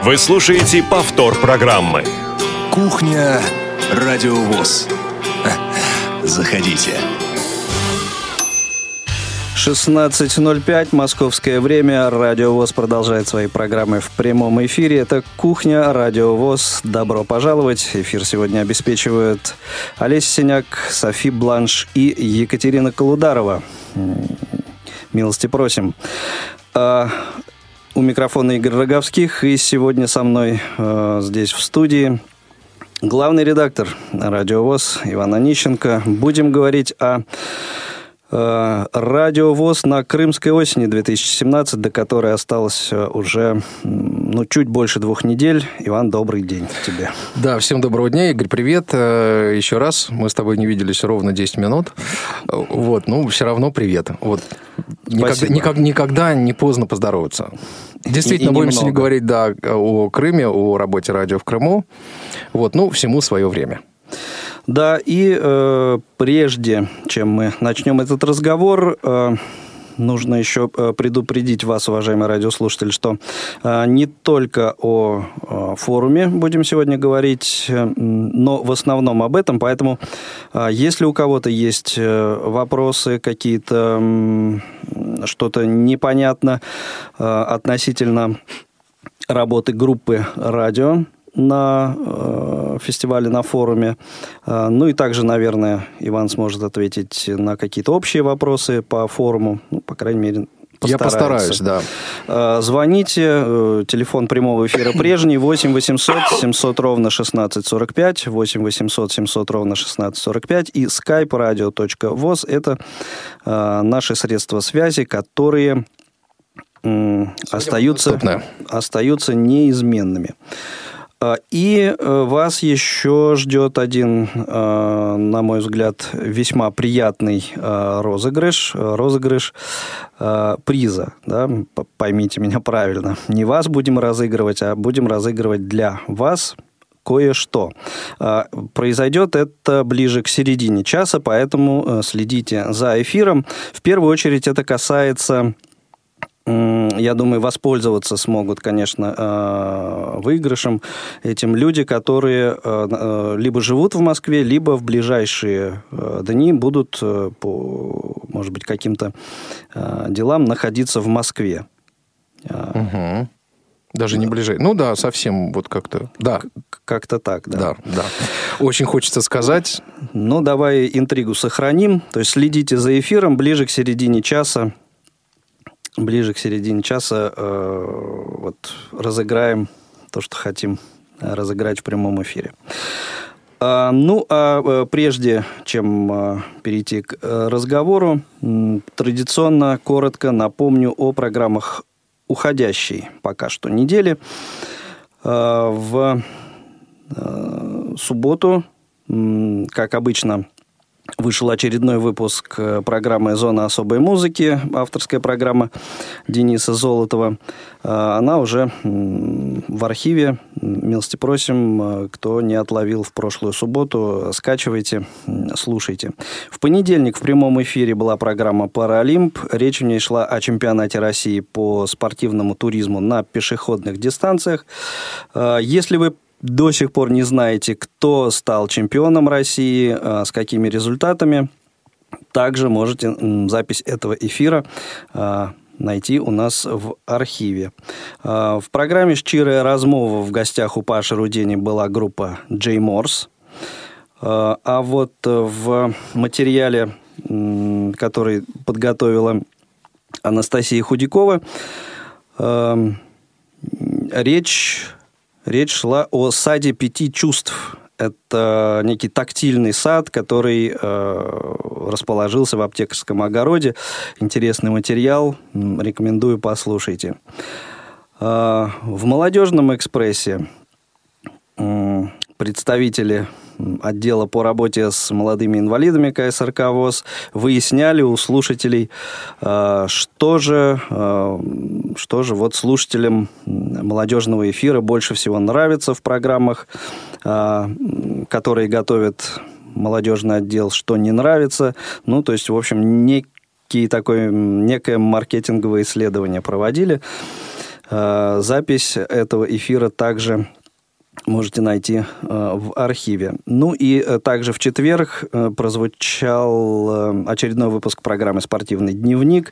Вы слушаете повтор программы. Кухня Радио ВОС. Заходите. 16:05, московское время. Радио ВОС продолжает свои программы в прямом эфире. Это «Кухня Радио ВОС». Добро пожаловать. Эфир сегодня обеспечивают Олеся Синяк, Софи Бланш и Екатерина Колударова. Милости просим. У микрофона Игорь Роговских. И сегодня со мной здесь в студии главный редактор Радио ВОС Иван Онищенко. Будем говорить о Радио ВОС на Крымской осени 2017, до которой осталось уже чуть больше 2 недель. Иван, добрый день тебе. Да, всем доброго дня, Игорь, привет. Еще раз, мы с тобой не виделись ровно 10 минут. Все равно привет. Никогда не поздно поздороваться. Действительно, будем сегодня говорить, о Крыме, о работе радио в Крыму. Всему свое время. Да, и прежде чем мы начнем этот разговор, нужно еще предупредить вас, уважаемые радиослушатели, что не только о форуме будем сегодня говорить, но в основном об этом. Поэтому, если у кого-то есть вопросы какие-то, что-то непонятно относительно работы группы радио на фестивале, на форуме. И также, наверное, Иван сможет ответить на какие-то общие вопросы по форуму. По крайней мере, постарается. Я постараюсь, да. Звоните. Телефон прямого эфира прежний. 8 800 700 ровно 1645. 8 800 700 ровно 1645. И skype radio.voz. Это наши средства связи, которые остаются неизменными. И вас еще ждет один, на мой взгляд, весьма приятный розыгрыш приза. Да? Поймите меня правильно. Не вас будем разыгрывать, а будем разыгрывать для вас кое-что. Произойдет это ближе к середине часа, поэтому следите за эфиром. В первую очередь это касается... Я думаю, воспользоваться смогут, конечно, выигрышем этим люди, которые либо живут в Москве, либо в ближайшие дни будут по, может быть, каким-то делам находиться в Москве. Угу. Даже не ближе. Совсем как-то. Да. Как-то так, да. Да. Очень хочется сказать. Давай интригу сохраним. То есть следите за эфиром ближе к середине часа. Разыграем то, что хотим разыграть в прямом эфире. Прежде чем перейти к разговору, традиционно коротко напомню о программах уходящей пока что недели. В субботу, как обычно, вышел очередной выпуск программы «Зона особой музыки», авторская программа Дениса Золотова. Она уже в архиве. Милости просим, кто не отловил в прошлую субботу, скачивайте, слушайте. В понедельник в прямом эфире была программа «Паралимп». Речь в ней шла о чемпионате России по спортивному туризму на пешеходных дистанциях. Если вы до сих пор не знаете, кто стал чемпионом России, с какими результатами, также можете запись этого эфира найти у нас в архиве. В программе «Щирая розмова» в гостях у Паши Рудени была группа Джей Морс. А вот в материале, который подготовила Анастасия Худякова, речь шла о саде 5 чувств. Это некий тактильный сад, который расположился в Аптекарском огороде. Интересный материал. Рекомендую, послушайте. В «Молодежном экспрессе» представители отдела по работе с молодыми инвалидами КСРК ВОС выясняли у слушателей, что же слушателям молодежного эфира больше всего нравится в программах, которые готовит молодежный отдел, что не нравится. То есть, в общем, некое маркетинговое исследование проводили. Запись этого эфира также можете найти в архиве. Ну и также в четверг прозвучал очередной выпуск программы «Спортивный дневник».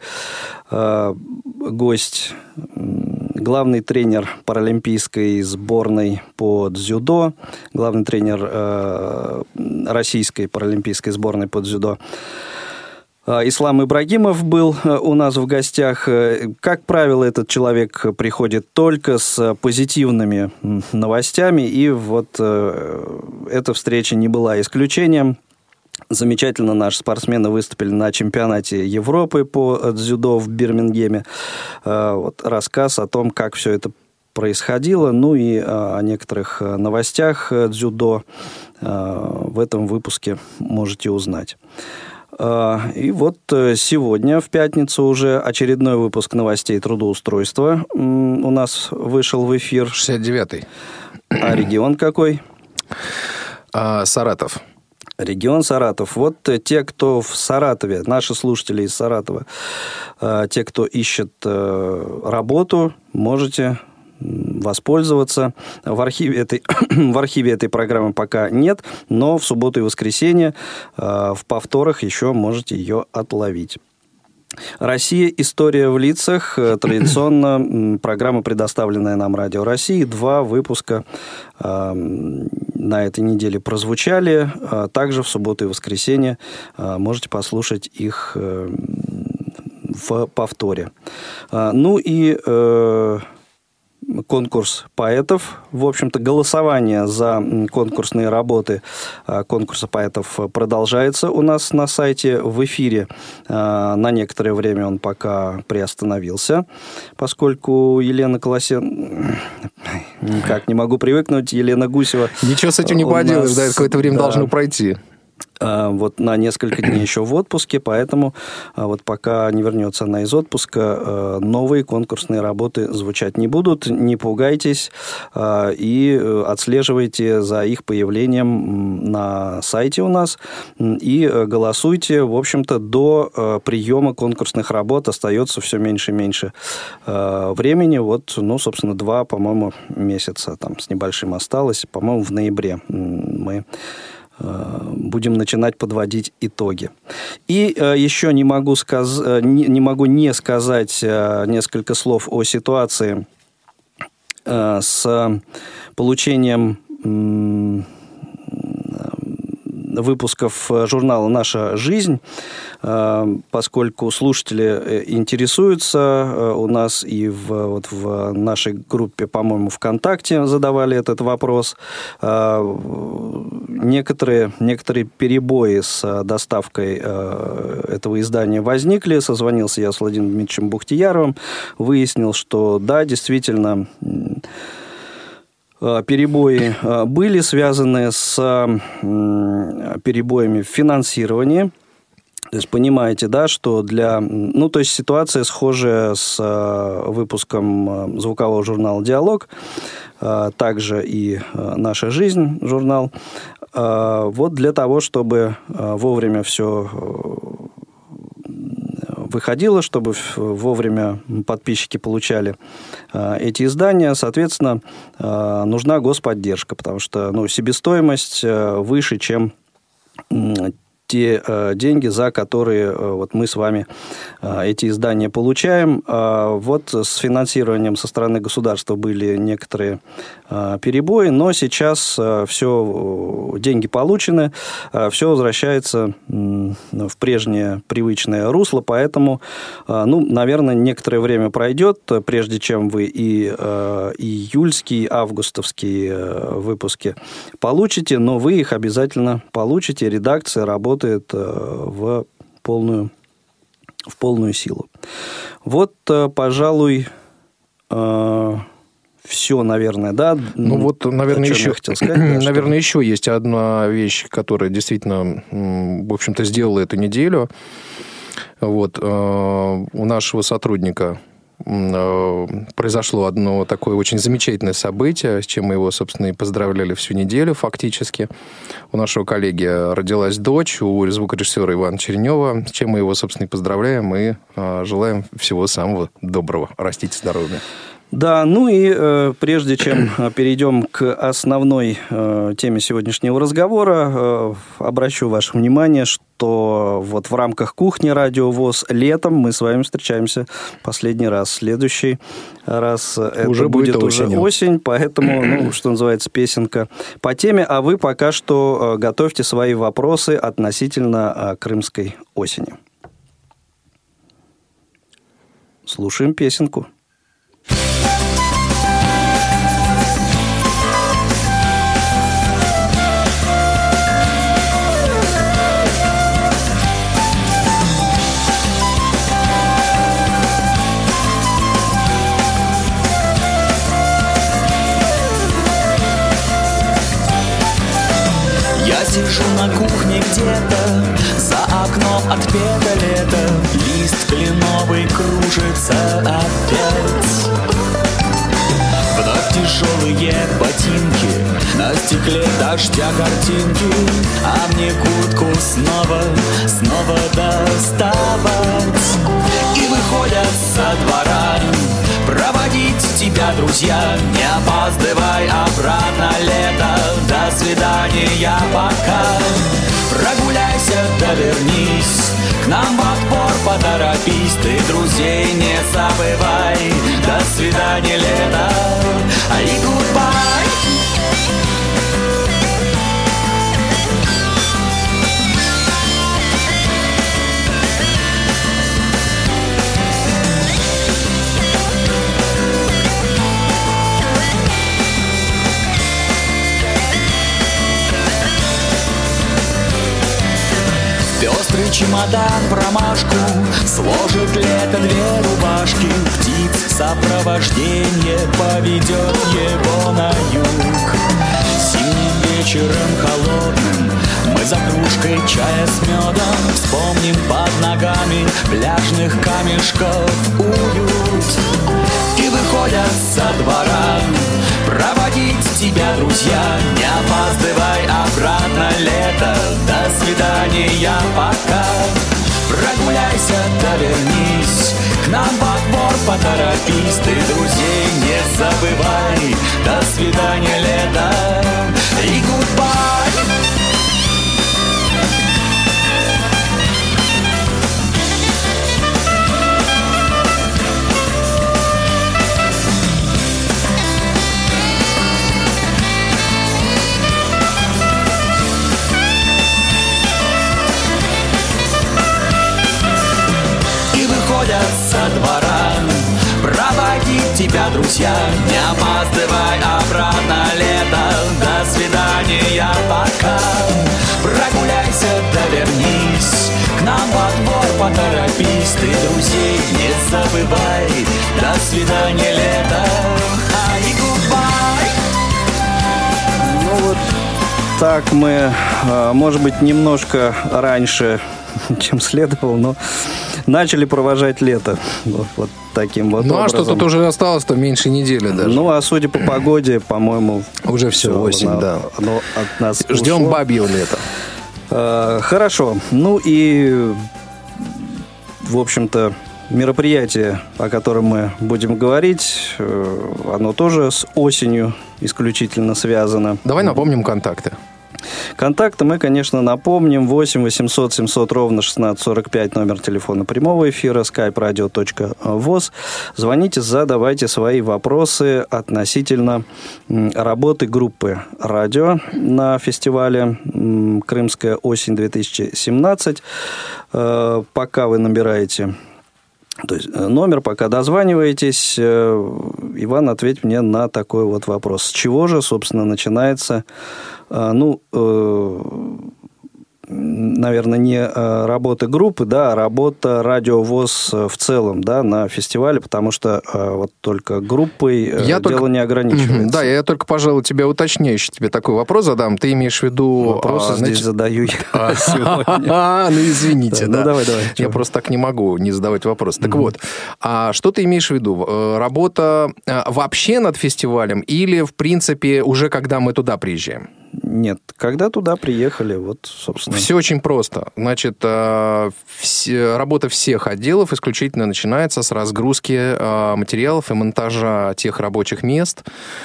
Гость, главный тренер паралимпийской сборной по дзюдо, главный тренер российской паралимпийской сборной по дзюдо Ислам Ибрагимов был у нас в гостях. Как правило, этот человек приходит только с позитивными новостями, и вот эта встреча не была исключением. Замечательно наши спортсмены выступили на чемпионате Европы по дзюдо в Бирмингеме. Вот рассказ о том, как все это происходило, ну и о некоторых новостях дзюдо в этом выпуске можете узнать. И вот сегодня, в пятницу, уже очередной выпуск новостей трудоустройства у нас вышел в эфир. 69-й. А регион какой? Саратов. Регион Саратов. Вот те, кто в Саратове, наши слушатели из Саратова, те, кто ищет работу, можете воспользоваться. В архиве этой программы пока нет, но в субботу и воскресенье в повторах еще можете ее отловить. «Россия. История в лицах». Традиционно программа, предоставленная нам Радио России. 2 выпуска на этой неделе прозвучали. Также в субботу и воскресенье можете послушать их в повторе. Ну и конкурс поэтов. В общем-то, голосование за конкурсные работы конкурса поэтов продолжается у нас на сайте в эфире. На некоторое время он пока приостановился, поскольку Елена Колосенко... Никак не могу привыкнуть. Елена Гусева... Ничего с этим не поделаешь, да, какое-то время должно пройти. Вот на несколько дней еще в отпуске, поэтому вот пока не вернется она из отпуска, новые конкурсные работы звучать не будут. Не пугайтесь и отслеживайте за их появлением на сайте у нас и голосуйте. В общем-то, до приема конкурсных работ остается все меньше и меньше времени. Вот, ну, собственно, 2, по-моему, месяца там с небольшим осталось. По-моему, в ноябре мы будем начинать подводить итоги. И еще не могу не сказать несколько слов о ситуации с получением выпусков журнала «Наша жизнь», поскольку слушатели интересуются у нас и в нашей группе, по-моему, ВКонтакте задавали этот вопрос. Некоторые перебои с доставкой этого издания возникли. Созвонился я с Владимиром Дмитриевичем Бухтияровым, выяснил, что да, действительно... Перебои были связаны с перебоями в финансировании. То есть, понимаете, да, что то есть ситуация схожая с выпуском звукового журнала «Диалог», также и «Наша жизнь» журнал. Вот для того, чтобы вовремя все выходило, чтобы вовремя подписчики получали эти издания, соответственно, нужна господдержка, потому что себестоимость выше, чем те деньги, за которые вот мы с вами эти издания получаем. Вот с финансированием со стороны государства были некоторые перебои, но сейчас все, деньги получены, все возвращается в прежнее привычное русло, поэтому, наверное, некоторое время пройдет, прежде чем вы и июльские, и августовские выпуски получите, но вы их обязательно получите, редакция работает в полную силу. Вот, пожалуй, все, наверное, да? Наверное, еще, наверное, еще есть одна вещь, которая действительно, в общем-то, сделала эту неделю. Вот, у нашего сотрудника произошло одно такое очень замечательное событие, с чем мы его, собственно, и поздравляли всю неделю фактически. У нашего коллеги родилась дочь, у звукорежиссера Ивана Черенева, с чем мы его, собственно, и поздравляем и желаем всего самого доброго. Растите здоровья. Да, ну и прежде чем перейдем к основной теме сегодняшнего разговора, обращу ваше внимание, что вот в рамках «Кухни» Радио ВОС летом мы с вами встречаемся последний раз. Следующий раз уже это будет уже осень, поэтому, ну, что называется, песенка по теме. А вы пока что готовьте свои вопросы относительно крымской осени. Слушаем песенку. Сижу на кухне где-то, за окном отпето лето, лист кленовый кружится опять. Вновь тяжелые ботинки, на стекле дождя картинки, а мне куртку снова доставать. И выходят со двора проводить тебя, друзья. Не опаздывай, обратно лето. До свидания пока. Прогуляйся, да вернись к нам во двор, поторопись. Ты друзей не забывай. До свидания, лето. И goodbye. Пестрый чемодан в ромашку сложит лето две рубашки. Птиц сопровождение поведет его на юг. Зимним вечером холодным мы за кружкой чая с медом вспомним под ногами пляжных камешков уют. И выходят со двора проводить тебя, друзья. Не опаздывай, обратно лето. До свидания пока. Прогуляйся, да вернись к нам во двор, поторопись. Ты друзей не забывай. До свидания, лето. И goodbye. Со двора проводить тебя, друзья. Не опаздывай, обратно лето. До свидания пока. Прогуляйся, да вернись к нам во двор, поторопись. Ты друзей не забывай. До свидания, лето. И goodbye. Ну вот так мы, может быть, немножко раньше, чем следовало, но начали провожать лето вот таким вот образом. Ну, а что тут уже осталось-то меньше недели даже. Ну, а судя по погоде, по-моему... Уже все, осень, да. Оно от нас ждем ушло. бабье лето. Хорошо. Ну и, в общем-то, мероприятие, о котором мы будем говорить, оно тоже с осенью исключительно связано. Давай напомним контакты. Контакты мы, конечно, напомним. 8 800 700 ровно 1645, номер телефона прямого эфира, skype-radio.voz. Звоните, задавайте свои вопросы относительно работы группы «Радио» на фестивале «Крымская осень-2017». Пока вы набираете... То есть номер, пока дозваниваетесь, Иван, ответь мне на такой вот вопрос. С чего же, собственно, начинается, наверное, не работа группы, да, а работа Радио ВОС в целом, да, на фестивале, потому что вот только группой дело не ограничивается. Да, я только, пожалуй, тебя уточняющий тебе такой вопрос задам. Ты имеешь в виду... Вопросы здесь задаю я сегодня. Ну, извините, да. Ну, давай. Я просто так не могу не задавать вопрос. Так вот, а что ты имеешь в виду? Работа вообще над фестивалем или, в принципе, уже когда мы туда приезжаем? нет. Когда туда приехали, вот, собственно... Все очень просто. Значит, работа всех отделов исключительно начинается с разгрузки материалов и монтажа тех рабочих мест,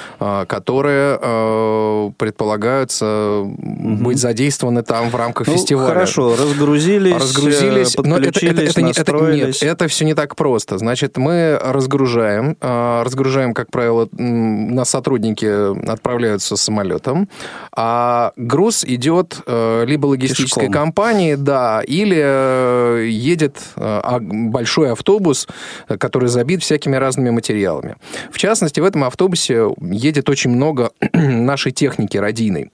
которые предполагаются быть задействованы там в рамках фестиваля. Хорошо, разгрузились, подключились, настроились. Нет, это все не так просто. Значит, мы разгружаем, как правило, нас сотрудники отправляются самолетом, а груз идет либо логистической компании, да, или едет большой автобус, который забит всякими разными материалами. В частности, в этом автобусе едет очень много нашей техники радийной.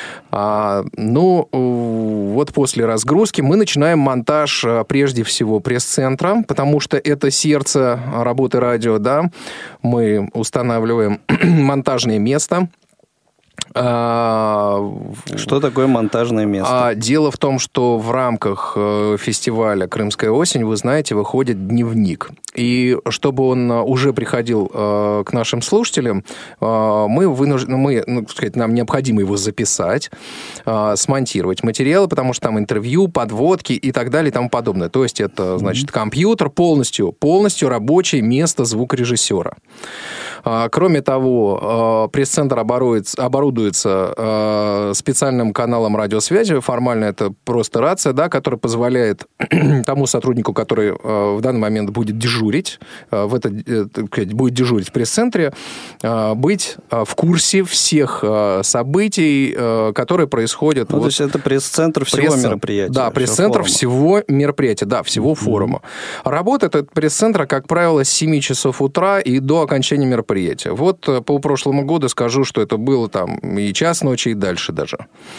Вот после разгрузки мы начинаем монтаж прежде всего пресс-центра, потому что это сердце работы радио, да. Мы устанавливаем монтажное место. Что такое монтажное место? Дело в том, что в рамках фестиваля «Крымская осень», вы знаете, выходит дневник. И чтобы он уже приходил к нашим слушателям, нам необходимо его записать, смонтировать материалы, потому что там интервью, подводки и так далее и тому подобное. То есть это, значит, компьютер, полностью рабочее место звукорежиссера. Кроме того, пресс-центр оборудуется специальным каналом радиосвязи. Формально это просто рация, да, которая позволяет тому сотруднику, который в данный момент будет дежурить, будет дежурить в пресс-центре, быть в курсе всех событий, которые происходят. То есть это пресс-центр всего мероприятия. Да, пресс-центр всего мероприятия, да, всего форума. Работает этот пресс-центр, как правило, с 7 часов утра и до окончания мероприятия. Вот по прошлому году скажу, что это было там и час ночи, и дальше даже.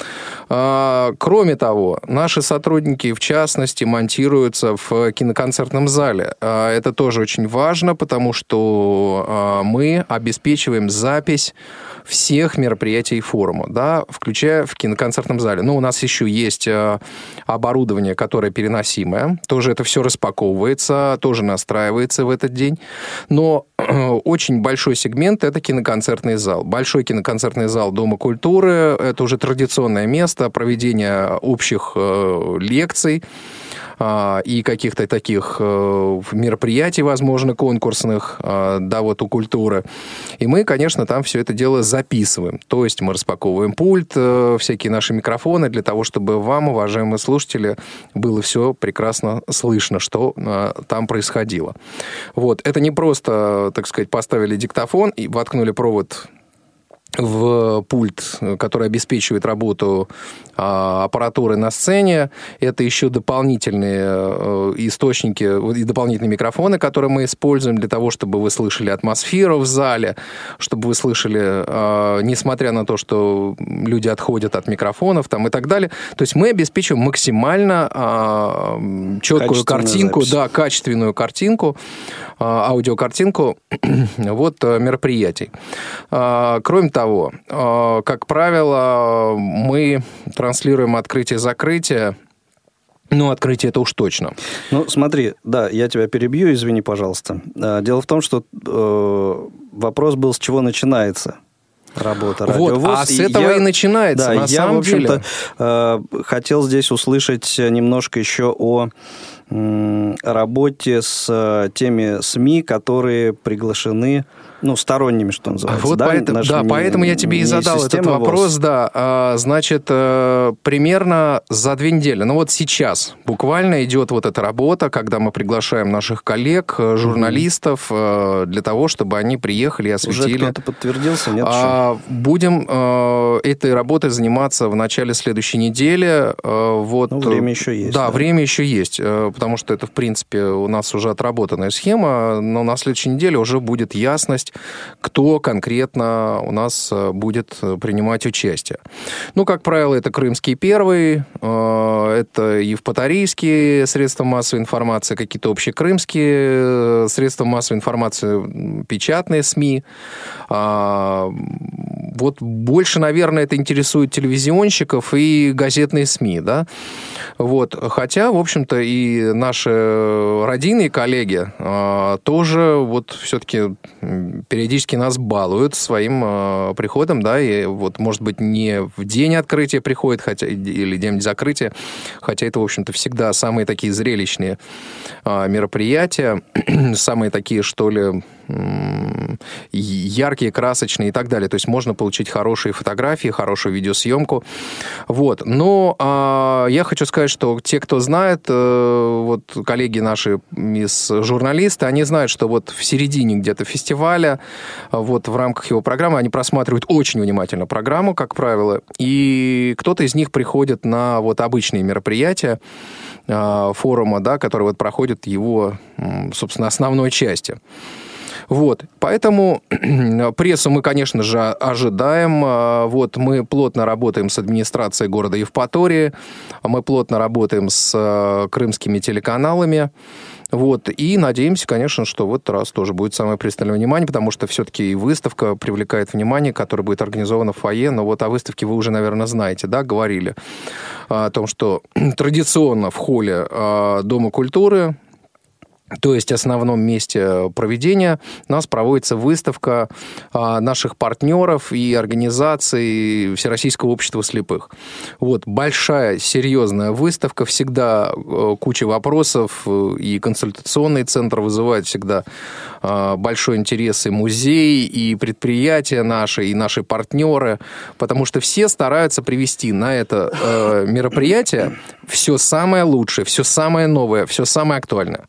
Кроме того, наши сотрудники, в частности, монтируются в киноконцертном зале. Это тоже очень важно, потому что мы обеспечиваем запись всех мероприятий форума, да, включая в киноконцертном зале. У нас еще есть оборудование, которое переносимое. Тоже это все распаковывается, тоже настраивается в этот день. Но очень большой сегмент – это киноконцертный зал. Большой киноконцертный зал Дома культуры – это уже традиционное место проведения общих лекций и каких-то таких мероприятий, возможно, конкурсных, да, вот у культуры. И мы, конечно, там все это дело записываем. То есть мы распаковываем пульт, всякие наши микрофоны, для того, чтобы вам, уважаемые слушатели, было все прекрасно слышно, что там происходило. Вот. Это не просто, так сказать, поставили диктофон и воткнули провод в пульт, который обеспечивает работу аппаратуры на сцене. Это еще дополнительные источники и дополнительные микрофоны, которые мы используем для того, чтобы вы слышали атмосферу в зале, чтобы вы слышали, несмотря на то, что люди отходят от микрофонов там, и так далее. То есть мы обеспечиваем максимально четкую картинку, да, качественную картинку, аудиокартинку вот мероприятий. Кроме того, как правило, мы транслируем открытие-закрытие. Открытие это уж точно. Смотри, да, я тебя перебью, извини, пожалуйста. Дело в том, что вопрос был, с чего начинается работа Радио ВОС. А с этого и начинается, да, на самом деле. Хотел здесь услышать немножко еще о работе с теми СМИ, которые приглашены, сторонними, что называется. Вот поэтому я тебе и задал этот вопрос. Да, значит, примерно за 2 недели. Сейчас буквально идет вот эта работа, когда мы приглашаем наших коллег, журналистов, для того, чтобы они приехали и осветили. Уже кто-то подтвердился, нет? Будем этой работой заниматься в начале следующей недели. Время еще есть. Да, время еще есть, потому что это, в принципе, у нас уже отработанная схема, но на следующей неделе уже будет ясность, кто конкретно у нас будет принимать участие. Как правило, это Крымский первый, это евпаторийские средства массовой информации, какие-то общекрымские средства массовой информации, печатные СМИ. Вот больше, наверное, это интересует телевизионщиков и газетные СМИ, да. Вот. Хотя, в общем-то, и наши родийные коллеги тоже вот все-таки периодически нас балуют своим приходом, да, и вот, может быть, не в день открытия приходит, хотя, или день закрытия, хотя это, в общем-то, всегда самые такие зрелищные мероприятия, самые такие, что ли, яркие, красочные и так далее. То есть можно получить хорошие фотографии, хорошую видеосъемку. Вот. Но я хочу сказать, что те, кто знает, вот коллеги наши из журналисты, они знают, что вот в середине где-то фестиваля, вот в рамках его программы, они просматривают очень внимательно программу, как правило, и кто-то из них приходит на вот обычные мероприятия форума, да, который вот проходит его, собственно, основной части. Вот, поэтому прессу мы, конечно же, ожидаем. Вот, мы плотно работаем с администрацией города Евпатории, мы плотно работаем с крымскими телеканалами. Вот, и надеемся, конечно, что в этот раз тоже будет самое пристальное внимание, потому что все-таки и выставка привлекает внимание, которая будет организована в фойе. Но вот о выставке вы уже, наверное, знаете, да, говорили о том, что традиционно в холле Дома культуры, то есть основном месте проведения, у нас проводится выставка наших партнеров и организаций Всероссийского общества слепых. Вот, большая, серьезная выставка, всегда куча вопросов, и консультационный центр вызывает всегда большой интерес и музей, и предприятия наши, и наши партнеры, потому что все стараются привести на это мероприятие все самое лучшее, все самое новое, все самое актуальное.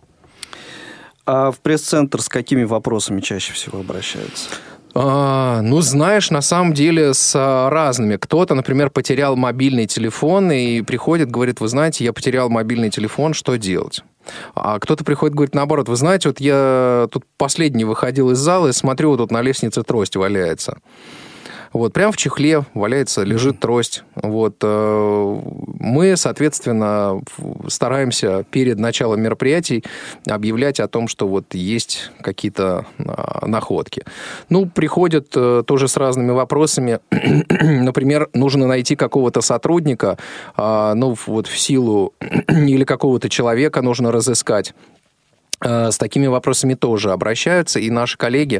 А в пресс-центр с какими вопросами чаще всего обращаются? Ну, знаешь, на самом деле с разными. Кто-то, например, потерял мобильный телефон и приходит, говорит, вы знаете, я потерял мобильный телефон, что делать? А кто-то приходит, говорит, наоборот, вы знаете, вот я тут последний выходил из зала и смотрю, вот тут на лестнице трость валяется. Вот, прямо в чехле валяется, лежит трость. Вот, мы, соответственно, стараемся перед началом мероприятий объявлять о том, что вот есть какие-то находки. Ну, приходят тоже с разными вопросами. Например, нужно найти какого-то сотрудника, ну, вот в силу или какого-то человека нужно разыскать. С такими вопросами тоже обращаются, и наши коллеги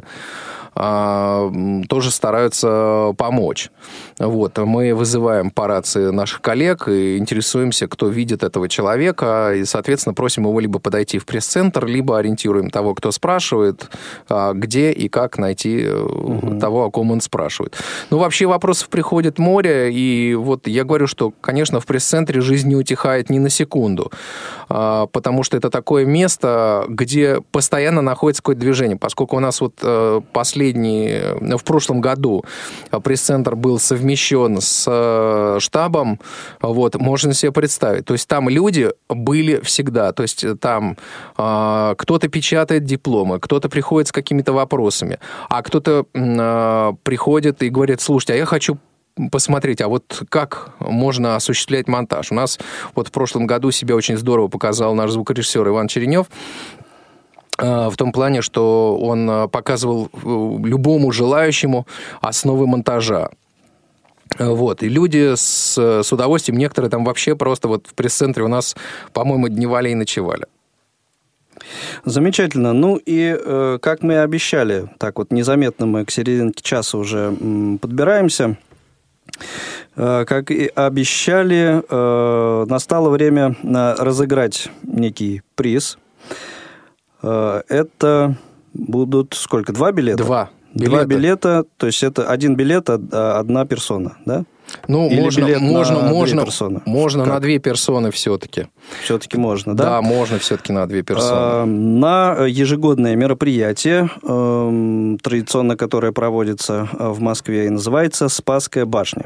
тоже стараются помочь. Вот. Мы вызываем по рации наших коллег и интересуемся, кто видит этого человека, и, соответственно, просим его либо подойти в пресс-центр, либо ориентируем того, кто спрашивает, где и как найти того, о ком он спрашивает. Ну, вообще вопросов приходит море, и вот я говорю, что, конечно, в пресс-центре жизнь не утихает ни на секунду, потому что это такое место, где постоянно находится какое-то движение, поскольку у нас вот в прошлом году пресс-центр был совмещен с штабом, вот, можно себе представить. То есть там люди были всегда. То есть там кто-то печатает дипломы, кто-то приходит с какими-то вопросами, а кто-то приходит и говорит, слушайте, а я хочу посмотреть, а вот как можно осуществлять монтаж. У нас вот в прошлом году себя очень здорово показал наш звукорежиссер Иван Черенев, в том плане, что он показывал любому желающему основы монтажа. Вот. И люди с удовольствием, некоторые там вообще просто вот в пресс-центре у нас, по-моему, дневали и ночевали. Замечательно. Ну и, как мы и обещали, так вот незаметно мы к серединке часа уже подбираемся. Как и обещали, настало время разыграть некий приз. Это будут сколько? 2 билета? 2 билета. 2 билета, то есть это 1 билет, одна персона, да? Ну, или можно как? На 2 персоны все-таки. Все-таки можно, да? Да, можно все-таки на 2 персоны. На ежегодное мероприятие, традиционно которое проводится в Москве и называется «Спасская башня».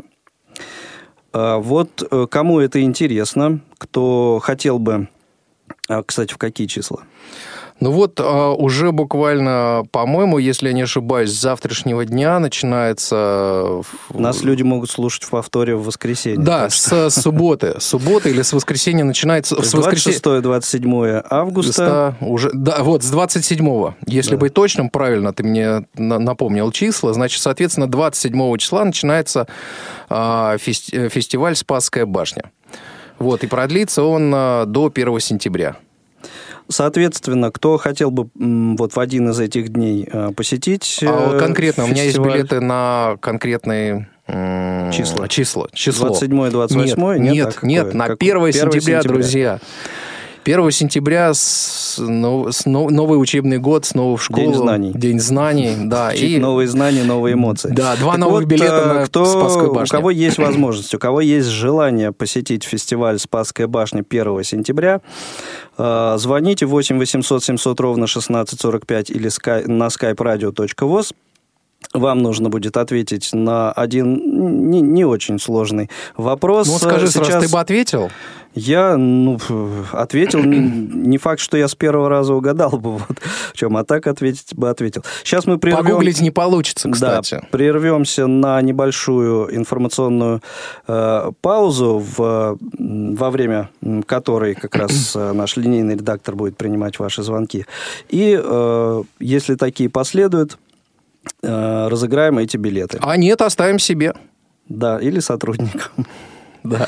Вот кому это интересно, кто хотел бы... Кстати, в какие числа? Ну вот уже буквально, по-моему, если я не ошибаюсь, с завтрашнего дня начинается... Нас люди могут слушать в повторе в воскресенье. Да, с субботы. Суббота или с воскресенья начинается... С 26-27 августа. Уже, да, вот, с 27-го. Если быть точным, правильно, ты мне напомнил числа. Значит, соответственно, 27 числа начинается фестиваль «Спасская башня». Вот, и продлится он до 1 сентября. Соответственно, кто хотел бы вот в один из этих дней посетить конкретно, фестиваль? У меня есть билеты на конкретные число. 27-й, 28-й? Нет, на 1 сентября, друзья. 1 сентября новый учебный год, снова в школу. День знаний, да. И новые знания, новые эмоции. Да, 2 новых билета на Спасскую башню. У кого есть возможность, у кого есть желание посетить фестиваль «Спасская башня» 1 сентября, звоните 8 800 700 ровно 1645 или на skype-radio.voz. Вам нужно будет ответить на один не очень сложный вопрос. Ну, скажи сразу, ты бы ответил? Я, ответил. Не факт, что я с первого раза угадал бы, вот в чем, а так ответить бы ответил. Сейчас мы прервем... Погуглить не получится, кстати. Да, прервемся на небольшую информационную паузу, во время которой как раз наш линейный редактор будет принимать ваши звонки. И если такие последуют, разыграем эти билеты. А нет, оставим себе. Да, или сотрудникам. Да.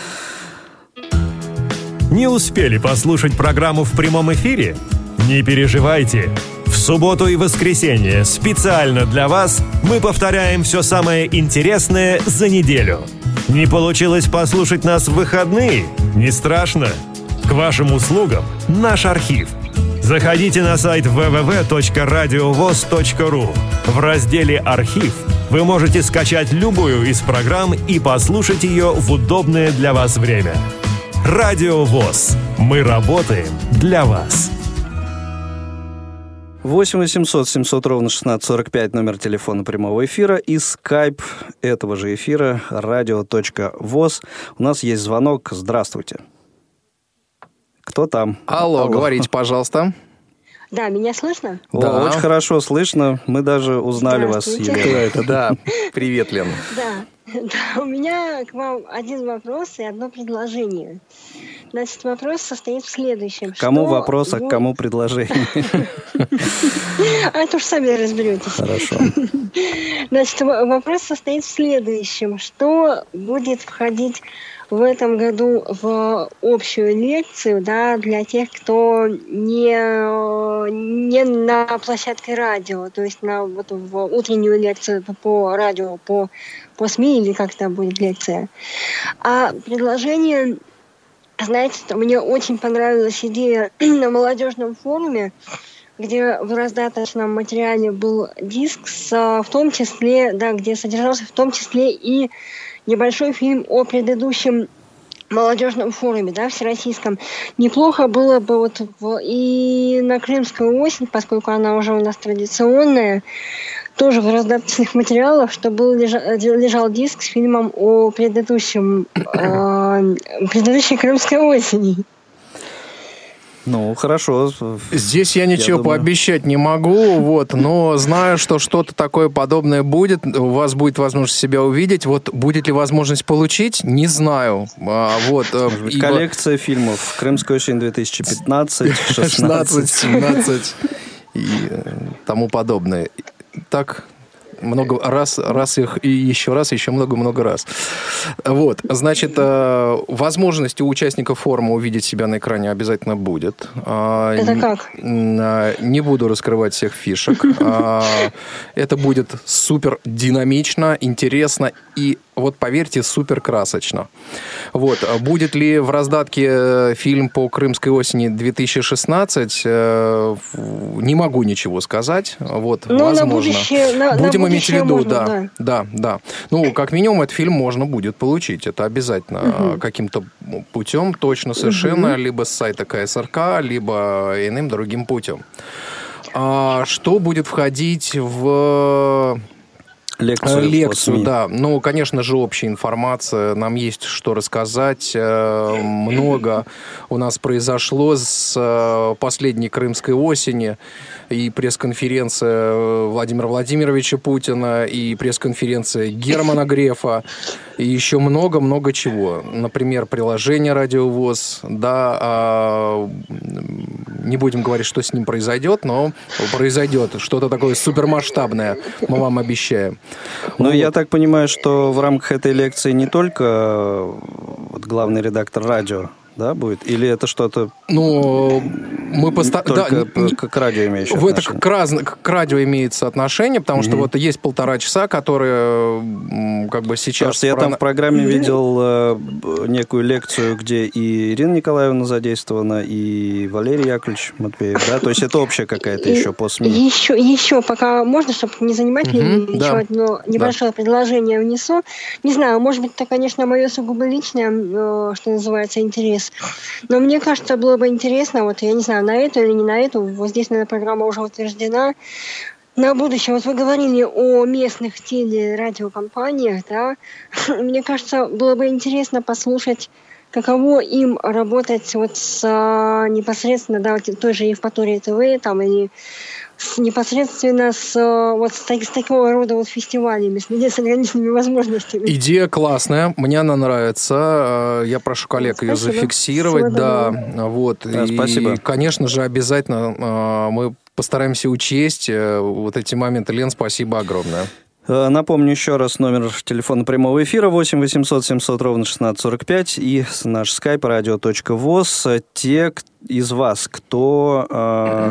Не успели послушать программу в прямом эфире? Не переживайте. В субботу и воскресенье специально для вас мы повторяем все самое интересное за неделю. Не получилось послушать нас в выходные? Не страшно. К вашим услугам наш архив. Заходите на сайт www.radiovoz.ru. В разделе «Архив» вы можете скачать любую из программ и послушать ее в удобное для вас время. Радио ВОС. Мы работаем для вас. 8 800 700 ровно 1645 номер телефона прямого эфира и скайп этого же эфира radio.voz. У нас есть звонок. Здравствуйте. Кто там? Алло, говорите, пожалуйста. Да, меня слышно? Да. Очень хорошо слышно. Мы даже узнали вас, Елена. Да, привет, Лена. Да, у меня к вам один вопрос и одно предложение. Значит, вопрос состоит в следующем. Кому вопрос, а к кому предложение? А это уж сами разберетесь. Хорошо. Значит, вопрос состоит в следующем. Что будет входить в этом году в общую лекцию, да, для тех, кто не на площадке радио, то есть в утреннюю лекцию по радио, по СМИ, или как там будет лекция. А предложение, знаете, мне очень понравилась идея на молодежном форуме, где в раздаточном материале был диск, в том числе, да, где содержался в том числе и небольшой фильм о предыдущем молодежном форуме, да, всероссийском. Неплохо было бы и на Крымскую осень, поскольку она уже у нас традиционная, тоже в раздаточных материалах, чтобы лежал диск с фильмом о предыдущей Крымской осени. Ну, хорошо. Здесь я ничего пообещать не могу, но знаю, что что-то такое подобное будет. У вас будет возможность себя увидеть. Будет ли возможность получить, не знаю. Коллекция фильмов «Крымская осень» 2015, 16, 17 и тому подобное. Так... много раз их и еще много-много раз. Значит, возможность у участников форума увидеть себя на экране обязательно будет. Это как? Не буду раскрывать всех фишек. Это будет супер динамично, интересно и, поверьте, супер красочно. Будет ли в раздатке фильм по Крымской осени 2016, не могу ничего сказать. Возможно. Будем иметь в виду, да. Ну, как минимум, этот фильм можно будет получить. Это обязательно каким-то путем, точно совершенно, либо с сайта КСРК, либо иным другим путем. Что будет входить в Лекцию, да. Ну, конечно же, общая информация. Нам есть что рассказать. Много у нас произошло с последней крымской осени. И пресс-конференция Владимира Владимировича Путина, и пресс-конференция Германа Грефа, и еще много-много чего. Например, приложение «Радио ВОС». Да, не будем говорить, что с ним произойдет, но произойдет что-то такое супермасштабное, мы вам обещаем. Ну, я так понимаю, что в рамках этой лекции не только главный редактор радио, да, будет? Или это что-то... Ну, мы только к радио имеющее отношение? К радио имеется отношение, потому что вот есть 1,5 часа, которые как бы сейчас... Потому что я там в программе видел некую лекцию, где и Ирина Николаевна задействована, и Валерий Яковлевич Матвеев, да? То есть это общая какая-то еще по СМИ. Еще пока можно, чтобы не занимать времени, еще одно небольшое предложение внесу. Не знаю, может быть, это, конечно, мое сугубо личное, что называется, интерес. Но мне кажется, было бы интересно, вот я не знаю, на эту или не на эту, вот здесь, наверное, программа уже утверждена, на будущее. Вот вы говорили о местных телерадиокомпаниях, да, мне кажется, было бы интересно послушать, каково им работать вот с непосредственно, да, вот той же Евпаторией ТВ, там, или непосредственно с такого рода вот фестивалями, с ограниченными возможностями. Идея классная, мне она нравится. Я прошу коллег ее зафиксировать. Всего да, вот. Да, спасибо. И, конечно же, обязательно мы постараемся учесть вот эти моменты. Лен, спасибо огромное. Напомню еще раз номер телефона прямого эфира 8 800 700 ровно 1645 и наш скайп radio.voz. Те из вас, кто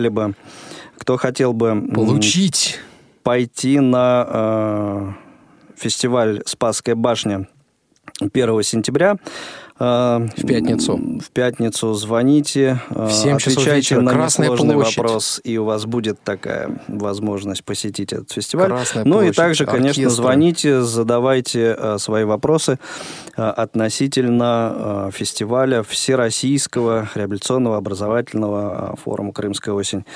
хотел бы получить пойти на фестиваль «Спасская башня» 1 сентября. В пятницу звоните, отвечайте на несложный вопрос, и у вас будет такая возможность посетить этот фестиваль. Красная ну площадь, и также, конечно, оркестры. звоните, задавайте свои вопросы относительно фестиваля Всероссийского реабилитационного образовательного форума «Крымская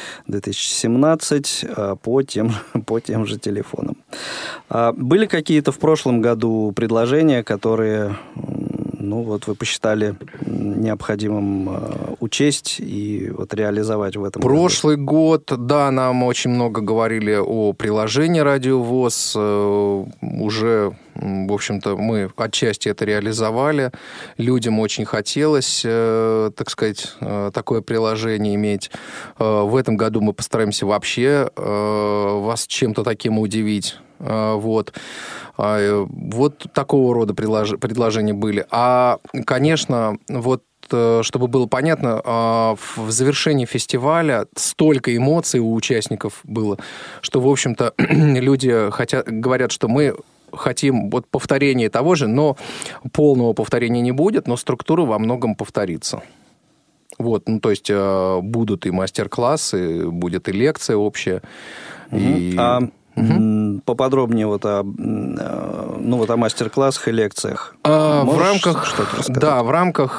осень-2017» по тем же телефонам. Были какие-то в прошлом году предложения, которые... Ну, вот вы посчитали необходимым учесть и вот реализовать в этом году? Прошлый год, да, нам очень много говорили о приложении «Радио ВОС». Уже, в общем-то, мы отчасти это реализовали. Людям очень хотелось, так сказать, такое приложение иметь. В этом году мы постараемся вообще вас чем-то таким удивить. Вот такого рода предложения были. А, конечно, вот чтобы было понятно, в завершении фестиваля столько эмоций у участников было, что, в общем-то, люди говорят, что мы хотим вот повторения того же, но полного повторения не будет, но структура во многом повторится. Вот, ну, то есть будут и мастер-классы, будет и лекция общая. И... Поподробнее о мастер-классах и лекциях. В рамках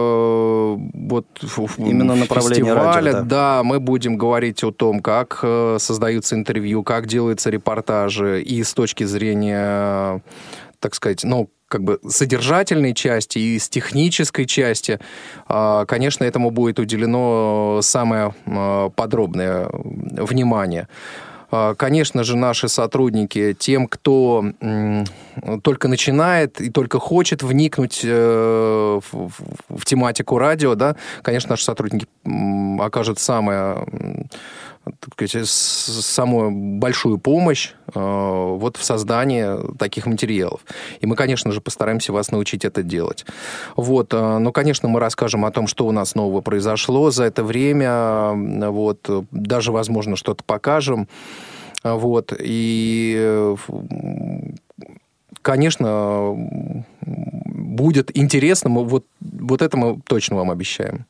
именно направления фестиваля, радио, да, мы будем говорить о том, как создаются интервью, как делаются репортажи, и с точки зрения, так сказать, содержательной части и с технической части, конечно, этому будет уделено самое подробное внимание. Конечно же, наши сотрудники, тем, кто только начинает и только хочет вникнуть в тематику радио, да, конечно, наши сотрудники окажут самую большую помощь в создании таких материалов. И мы, конечно же, постараемся вас научить это делать. Вот. Но, конечно, мы расскажем о том, что у нас нового произошло за это время. Вот. Даже, возможно, что-то покажем. Вот. И, конечно, будет интересно. Вот это мы точно вам обещаем.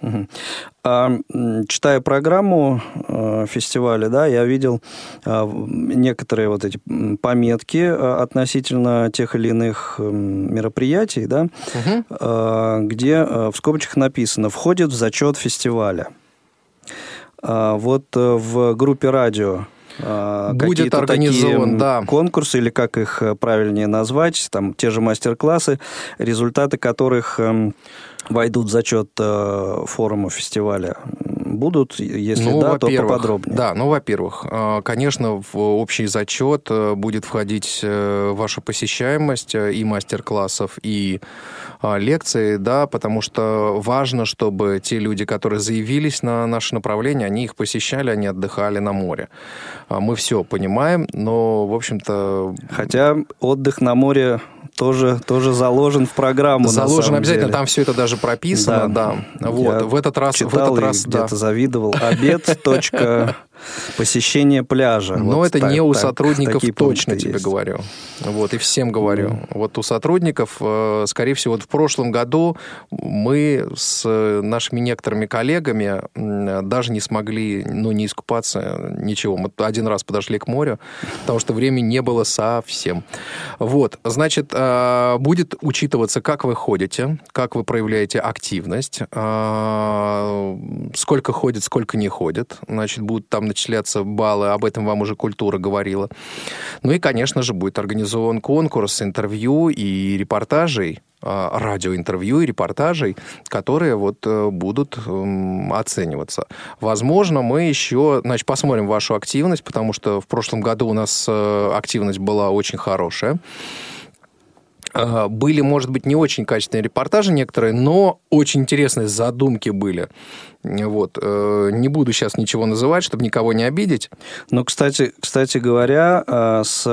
Читая программу фестиваля, да, я видел некоторые вот эти пометки относительно тех или иных мероприятий, да, где в скобочках написано «Входит в зачет фестиваля». Вот в группе радио будет организован, да, конкурсы, или как их правильнее назвать, там те же мастер-классы, результаты которых войдут в зачет форума фестиваля. Будут, если да, то поподробнее. Да, во-первых, конечно, в общий зачет будет входить ваша посещаемость и мастер-классов, и лекции, да, потому что важно, чтобы те люди, которые заявились на наше направление, они их посещали, они отдыхали на море. Мы все понимаем, но, в общем-то... Хотя отдых на море тоже заложен в программу. Заложен обязательно, там все это даже прописано, да. Вот. В этот раз где-то завидовал. Обед. Посещение пляжа. Но вот это так, не у сотрудников точно тебе говорю. Вот, и всем говорю. Вот у сотрудников, скорее всего, вот в прошлом году мы с нашими некоторыми коллегами даже не смогли, не искупаться, ничего. Мы один раз подошли к морю, потому что времени не было совсем. Вот, значит, будет учитываться, как вы ходите, как вы проявляете активность, сколько ходит, сколько не ходит. Значит, будут там начисляться баллы, об этом вам уже культура говорила. Ну и, конечно же, будет организован конкурс интервью и репортажей, радиоинтервью и репортажей, которые вот будут оцениваться. Возможно, мы еще, значит, посмотрим вашу активность, потому что в прошлом году у нас активность была очень хорошая. Были, может быть, не очень качественные репортажи некоторые, но очень интересные задумки были. Вот. Не буду сейчас ничего называть, чтобы никого не обидеть. Но, кстати говоря, с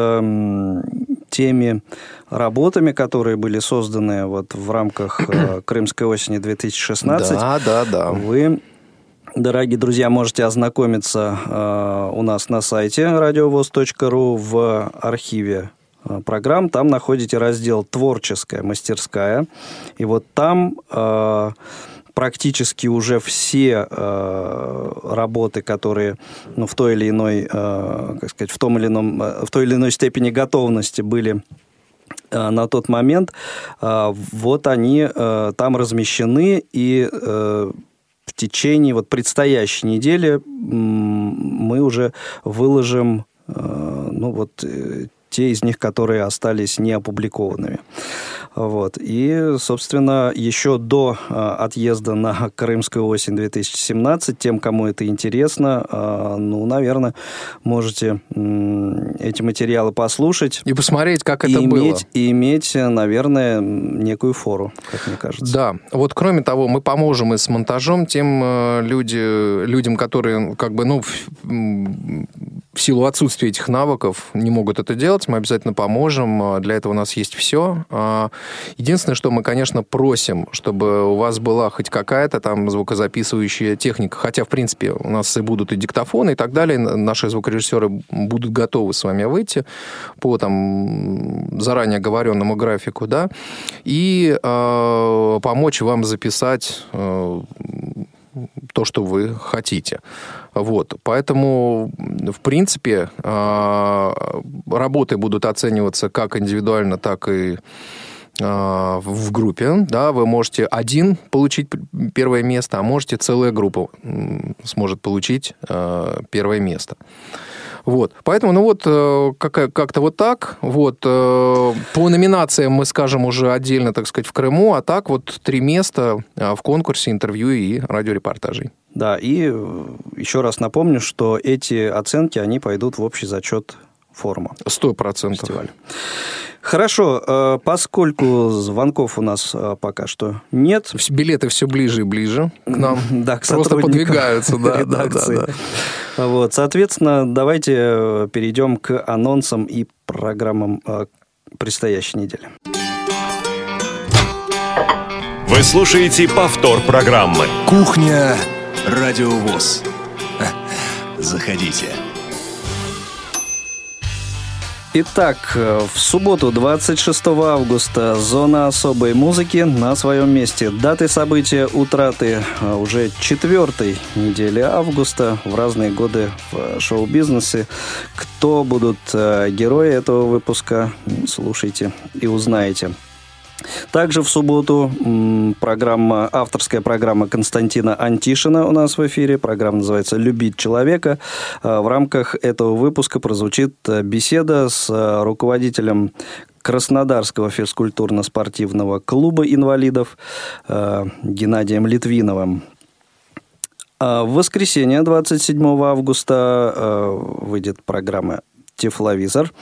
теми работами, которые были созданы вот в рамках Крымской осени 2016, да. Вы, дорогие друзья, можете ознакомиться у нас на сайте radiovoz.ru в архиве программ. Там находите раздел «Творческая мастерская». И вот там практически уже все работы, которые в той или иной, в той или иной степени готовности были на тот момент, вот они там размещены, и в течение предстоящей недели мы уже выложим те из них, которые остались не опубликованными. Вот. И, собственно, еще до отъезда на Крымскую осень 2017, тем, кому это интересно, наверное, можете эти материалы послушать. И посмотреть, как это было. И иметь, наверное, некую фору, как мне кажется. Да. Вот, кроме того, мы поможем и с монтажом тем людям, которые, в силу отсутствия этих навыков не могут это делать. Мы обязательно поможем. Для этого у нас есть все. Единственное, что мы, конечно, просим, чтобы у вас была хоть какая-то там звукозаписывающая техника. Хотя, в принципе, у нас и будут и диктофоны, и так далее. Наши звукорежиссеры будут готовы с вами выйти по заранее оговоренному графику, да, и помочь вам записать то, что вы хотите. Вот. Поэтому, в принципе, работы будут оцениваться как индивидуально, так и в группе. Да, вы можете один получить первое место, а можете целая группа сможет получить первое место. Вот. Поэтому, как-то вот так. Вот. По номинациям мы скажем уже отдельно, так сказать, в Крыму, а так 3 места в конкурсе интервью и радиорепортажей. Да, и еще раз напомню, что эти оценки, они пойдут в общий зачет форума. 100%. Фестиваля. Хорошо, поскольку звонков у нас пока что нет. Билеты все ближе и ближе к нам. Да, к просто подвигаются. Да. Вот, соответственно, давайте перейдем к анонсам и программам предстоящей недели. Вы слушаете повтор программы «Кухня Радио ВОС». Заходите. Итак, в субботу, 26 августа, зона особой музыки на своем месте. Даты события утраты уже 4-й недели августа в разные годы в шоу-бизнесе. Кто будут герои этого выпуска, слушайте и узнаете. Также в субботу авторская программа Константина Антишина у нас в эфире. Программа называется «Любить человека». В рамках этого выпуска прозвучит беседа с руководителем Краснодарского физкультурно-спортивного клуба инвалидов Геннадием Литвиновым. В воскресенье, 27 августа, выйдет программа «Тифловизор».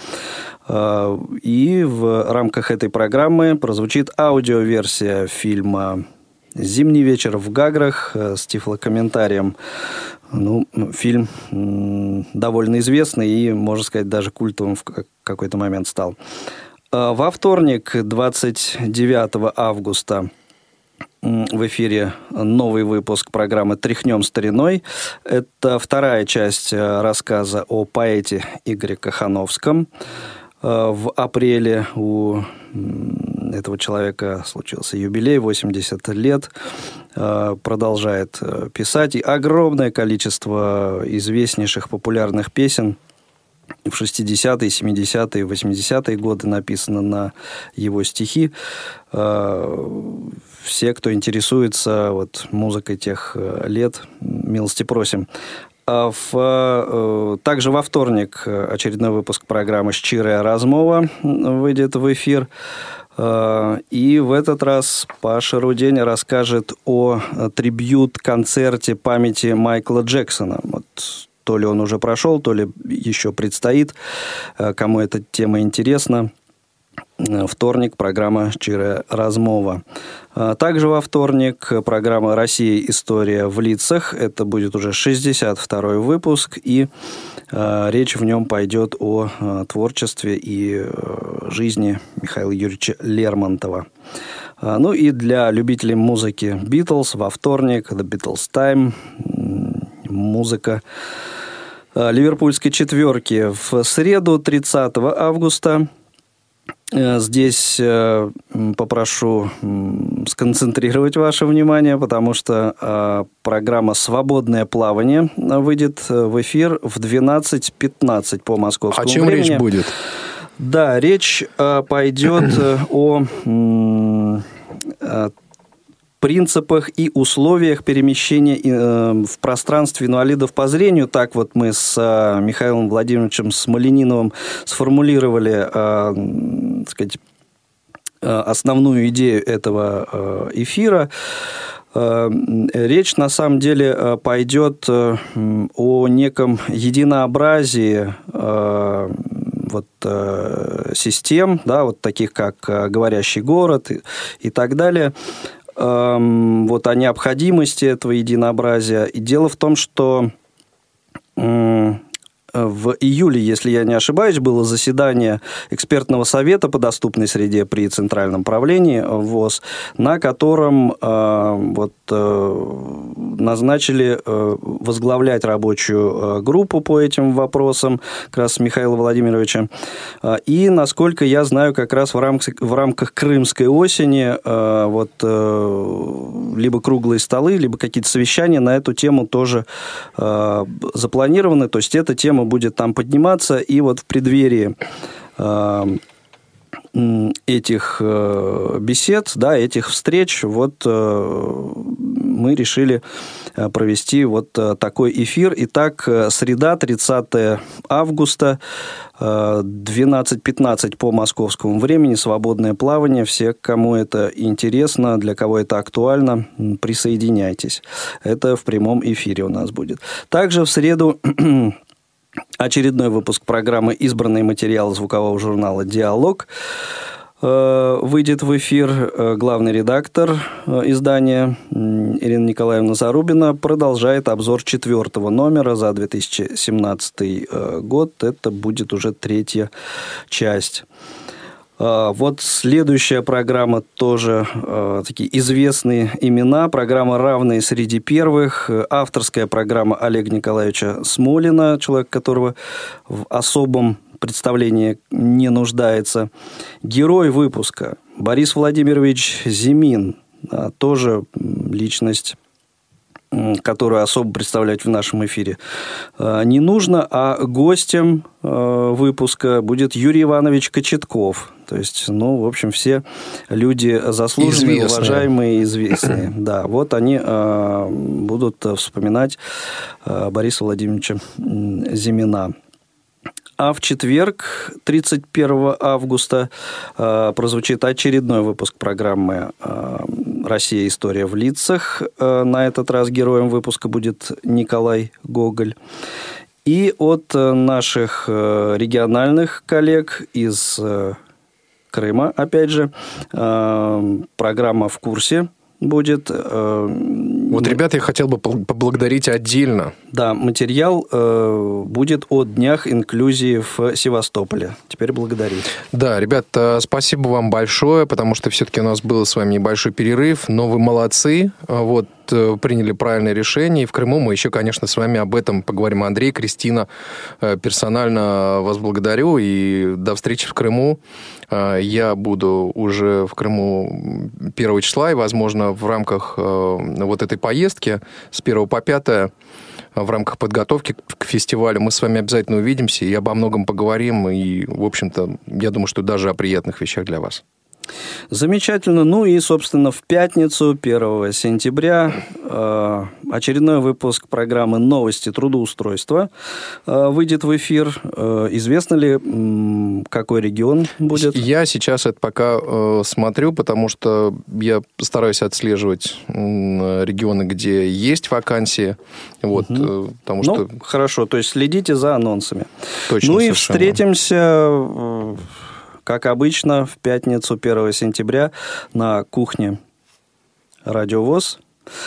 И в рамках этой программы прозвучит аудиоверсия фильма «Зимний вечер в Гаграх» с тифлокомментарием. Фильм довольно известный и, можно сказать, даже культовым в какой-то момент стал. Во вторник, 29 августа, в эфире новый выпуск программы «Тряхнем стариной». Это вторая часть рассказа о поэте Игоре Кохановском. В апреле у этого человека случился юбилей, 80 лет. Продолжает писать. И огромное количество известнейших популярных песен в 60-е, 70-е, 80-е годы написано на его стихи. Все, кто интересуется музыкой тех лет, милости просим. Также во вторник очередной выпуск программы «Щирая размова» выйдет в эфир. И в этот раз Паша Рудень расскажет о трибьют-концерте памяти Майкла Джексона. То ли он уже прошел, то ли еще предстоит. Кому эта тема интересна, вторник, программа «Щирая размова». Также во вторник программа «Россия. История в лицах». Это будет уже 62-й выпуск, и речь в нем пойдет о творчестве и жизни Михаила Юрьевича Лермонтова. И для любителей музыки «Битлз» во вторник «The Beatles Time», музыка ливерпульской четверки. В среду, 30 августа, здесь попрошу сконцентрировать ваше внимание, потому что программа «Свободное плавание» выйдет в эфир в 12:15 по московскому времени. О чем речь будет? Да, речь пойдет о принципах и условиях перемещения в пространстве инвалидов по зрению. Так мы с Михаилом Владимировичем Смолениновым сформулировали, основную идею этого эфира. Речь, на самом деле, пойдет о неком единообразии систем, таких как «Говорящий город» и так далее. О необходимости этого единообразия. И дело в том, что в июле, если я не ошибаюсь, было заседание экспертного совета по доступной среде при Центральном правлении ВОС, на котором назначили возглавлять рабочую группу по этим вопросам как раз Михаила Владимировича. И, насколько я знаю, как раз в рамках Крымской осени либо круглые столы, либо какие-то совещания на эту тему тоже запланированы. То есть эта тема будет там подниматься, и в преддверии этих бесед, этих встреч, мы решили провести такой эфир. Итак, среда, 30 августа, 12:15 по московскому времени, свободное плавание. Все, кому это интересно, для кого это актуально, присоединяйтесь. Это в прямом эфире у нас будет. Также в среду очередной выпуск программы «Избранные материалы» звукового журнала «Диалог» выйдет в эфир. Главный редактор издания Ирина Николаевна Зарубина продолжает обзор 4-го номера за 2017 год. Это будет уже 3-я часть. Следующая программа тоже такие известные имена. Программа «Равные среди первых». Авторская программа Олега Николаевича Смолина, человек, которого в особом представлении не нуждается. Герой выпуска Борис Владимирович Зимин. Тоже личность, которую особо представлять в нашем эфире не нужно. А гостем выпуска будет Юрий Иванович Кочетков. То есть, в общем, все люди заслуженные, уважаемые, известные. Да, вот они будут вспоминать Бориса Владимировича Зимина. А в четверг, 31 августа, прозвучит очередной выпуск программы «Россия. История в лицах». На этот раз героем выпуска будет Николай Гоголь. И от наших региональных коллег из Крыма, опять же, программа «В курсе» будет. Вот, ребята, я хотел бы поблагодарить отдельно. Да, материал будет о днях инклюзии в Севастополе. Теперь благодарить. Да, ребята, спасибо вам большое, потому что все-таки у нас был с вами небольшой перерыв, но вы молодцы. Вот, приняли правильное решение. И в Крыму мы еще, конечно, с вами об этом поговорим. Андрей, Кристина, персонально вас благодарю. И до встречи в Крыму. Я буду уже в Крыму 1 числа. И, возможно, в рамках вот этой поездки с 1 по 5 в рамках подготовки к фестивалю мы с вами обязательно увидимся и обо многом поговорим. И, в общем-то, я думаю, что даже о приятных вещах для вас. Замечательно. Ну и, собственно, в пятницу, 1 сентября, очередной выпуск программы «Новости трудоустройства» выйдет в эфир. Известно ли, какой регион будет? Я сейчас это пока смотрю, потому что я стараюсь отслеживать регионы, где есть вакансии. Вот, потому что... Хорошо, то есть следите за анонсами. Точно, ну и совершенно. Встретимся... Как обычно, в пятницу, 1 сентября, на кухне Радио ВОС.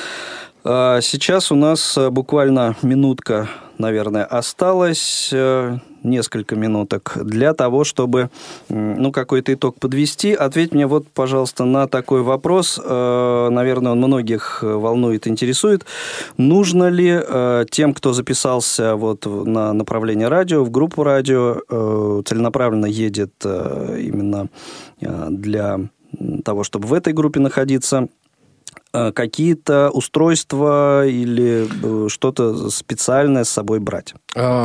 Сейчас у нас буквально минутка, наверное, осталось, несколько минуток, для того, чтобы какой-то итог подвести. Ответь мне вот, пожалуйста, на такой вопрос. Наверное, он многих волнует, интересует. Нужно ли тем, кто записался вот на направление радио, в группу радио, целенаправленно едет именно для того, чтобы в этой группе находиться, какие-то устройства или что-то специальное с собой брать?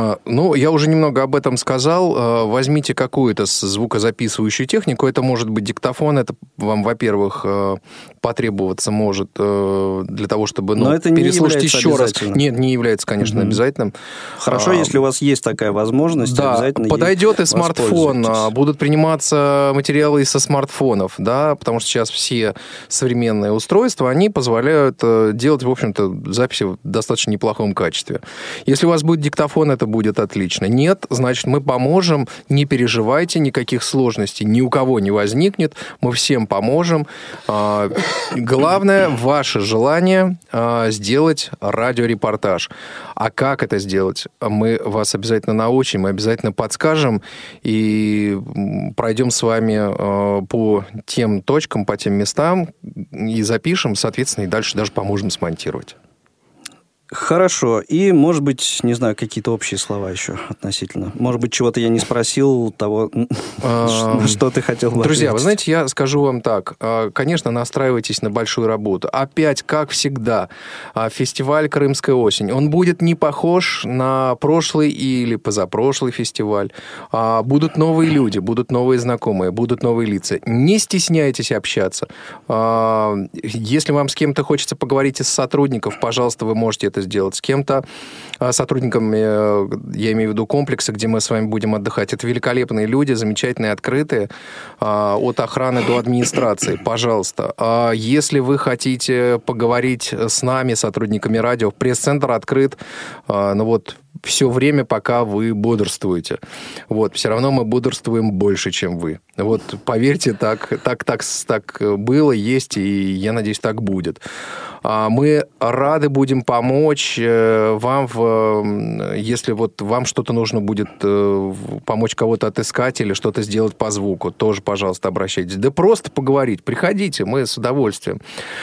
Я уже немного об этом сказал. Возьмите какую-то звукозаписывающую технику. Это может быть диктофон. Это вам, во-первых, потребоваться может для того, чтобы переслушать еще раз. Нет, не является, конечно, обязательным. Хорошо, если у вас есть такая возможность, да, обязательно подойдет и смартфон. Будут приниматься материалы со смартфонов, да, потому что сейчас все современные устройства, они позволяют делать, в общем-то, записи в достаточно неплохом качестве. Если у вас будет диктофон, это будет отлично. Нет, значит, мы поможем, не переживайте, никаких сложностей ни у кого не возникнет, мы всем поможем. Главное, ваше желание сделать радиорепортаж. А как это сделать? Мы вас обязательно научим, мы обязательно подскажем и пройдем с вами по тем точкам, по тем местам и запишем, соответственно, и дальше даже поможем смонтировать. Хорошо. И, может быть, не знаю, какие-то общие слова еще относительно. Может быть, чего-то я не спросил того, что ты хотел бы Друзья, ответить. вы знаете, я скажу вам так. Конечно, настраивайтесь на большую работу. Опять, как всегда, фестиваль «Крымская осень». Он будет не похож на прошлый или позапрошлый фестиваль. Будут новые люди, будут новые знакомые, будут новые лица. Не стесняйтесь общаться. Если вам с кем-то хочется поговорить из сотрудников, пожалуйста, вы можете это сделать. С кем-то, сотрудником, я имею в виду комплекса, где мы с вами будем отдыхать. Это великолепные люди, замечательные, открытые, от охраны до администрации. Пожалуйста. Если вы хотите поговорить с нами, сотрудниками радио, пресс-центр открыт, все время, пока вы бодрствуете. Все равно мы бодрствуем больше, чем вы. Поверьте, так было, есть, и я надеюсь, так будет. Мы рады будем помочь вам, если вам что-то нужно будет помочь кого-то отыскать или что-то сделать по звуку, тоже, пожалуйста, обращайтесь. Да просто поговорить, приходите, мы с удовольствием.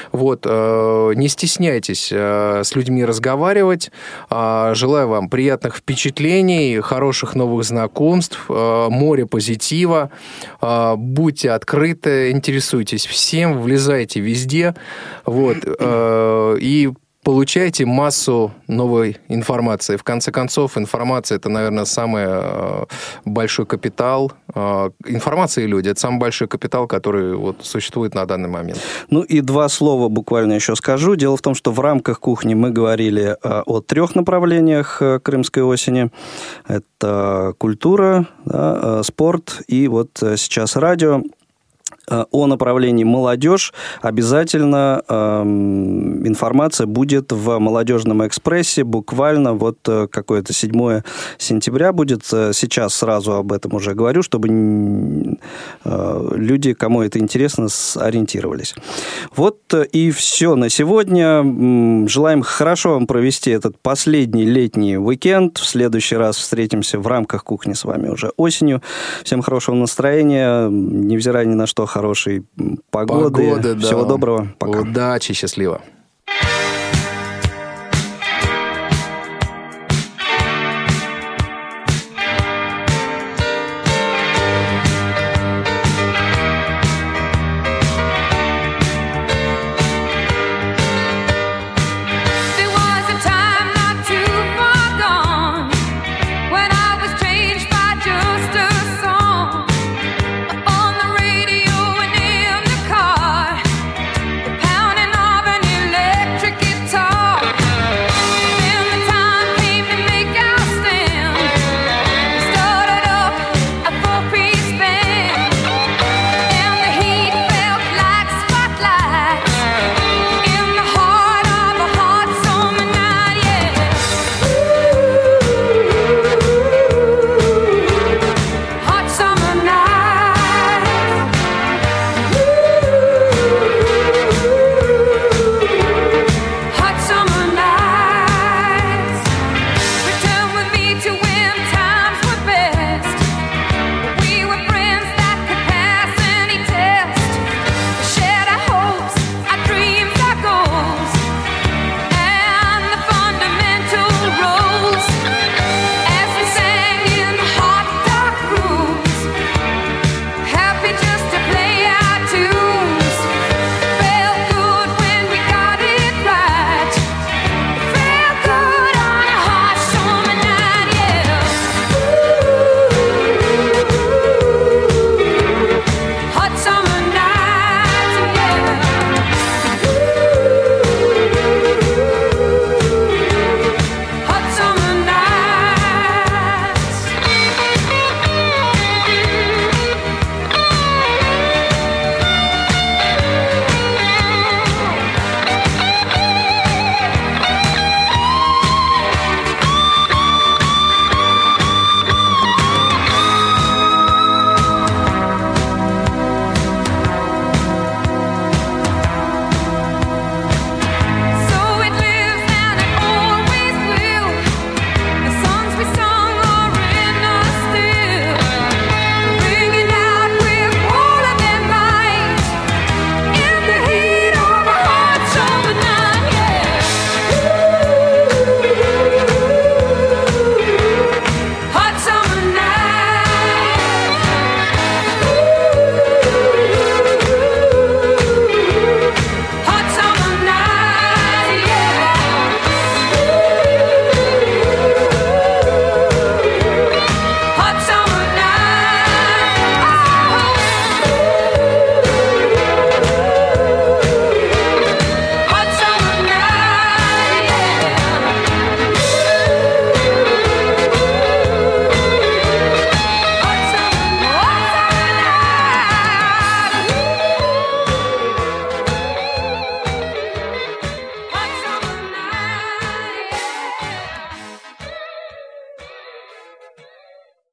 Не стесняйтесь с людьми разговаривать. Желаю вам приятных впечатлений, хороших новых знакомств, море позитива. Будьте открыты, интересуйтесь всем, влезайте везде. И получайте массу новой информации. В конце концов, информация – это, наверное, самый большой капитал. Информация и люди – это самый большой капитал, который вот существует на данный момент. Ну и два слова буквально еще скажу. Дело в том, что в рамках кухни мы говорили о 3 направлениях крымской осени. Это культура, да, спорт и вот сейчас радио. О направлении «Молодежь» обязательно информация будет в «Молодежном экспрессе». Буквально вот какое-то 7 сентября будет. Сейчас сразу об этом уже говорю, чтобы люди, кому это интересно, сориентировались. Вот и все на сегодня. Желаем хорошо вам провести этот последний летний уикенд. В следующий раз встретимся в рамках кухни с вами уже осенью. Всем хорошего настроения, невзирая ни на что, хорошей погоды. Да. Всего доброго. Пока. Удачи, счастливо.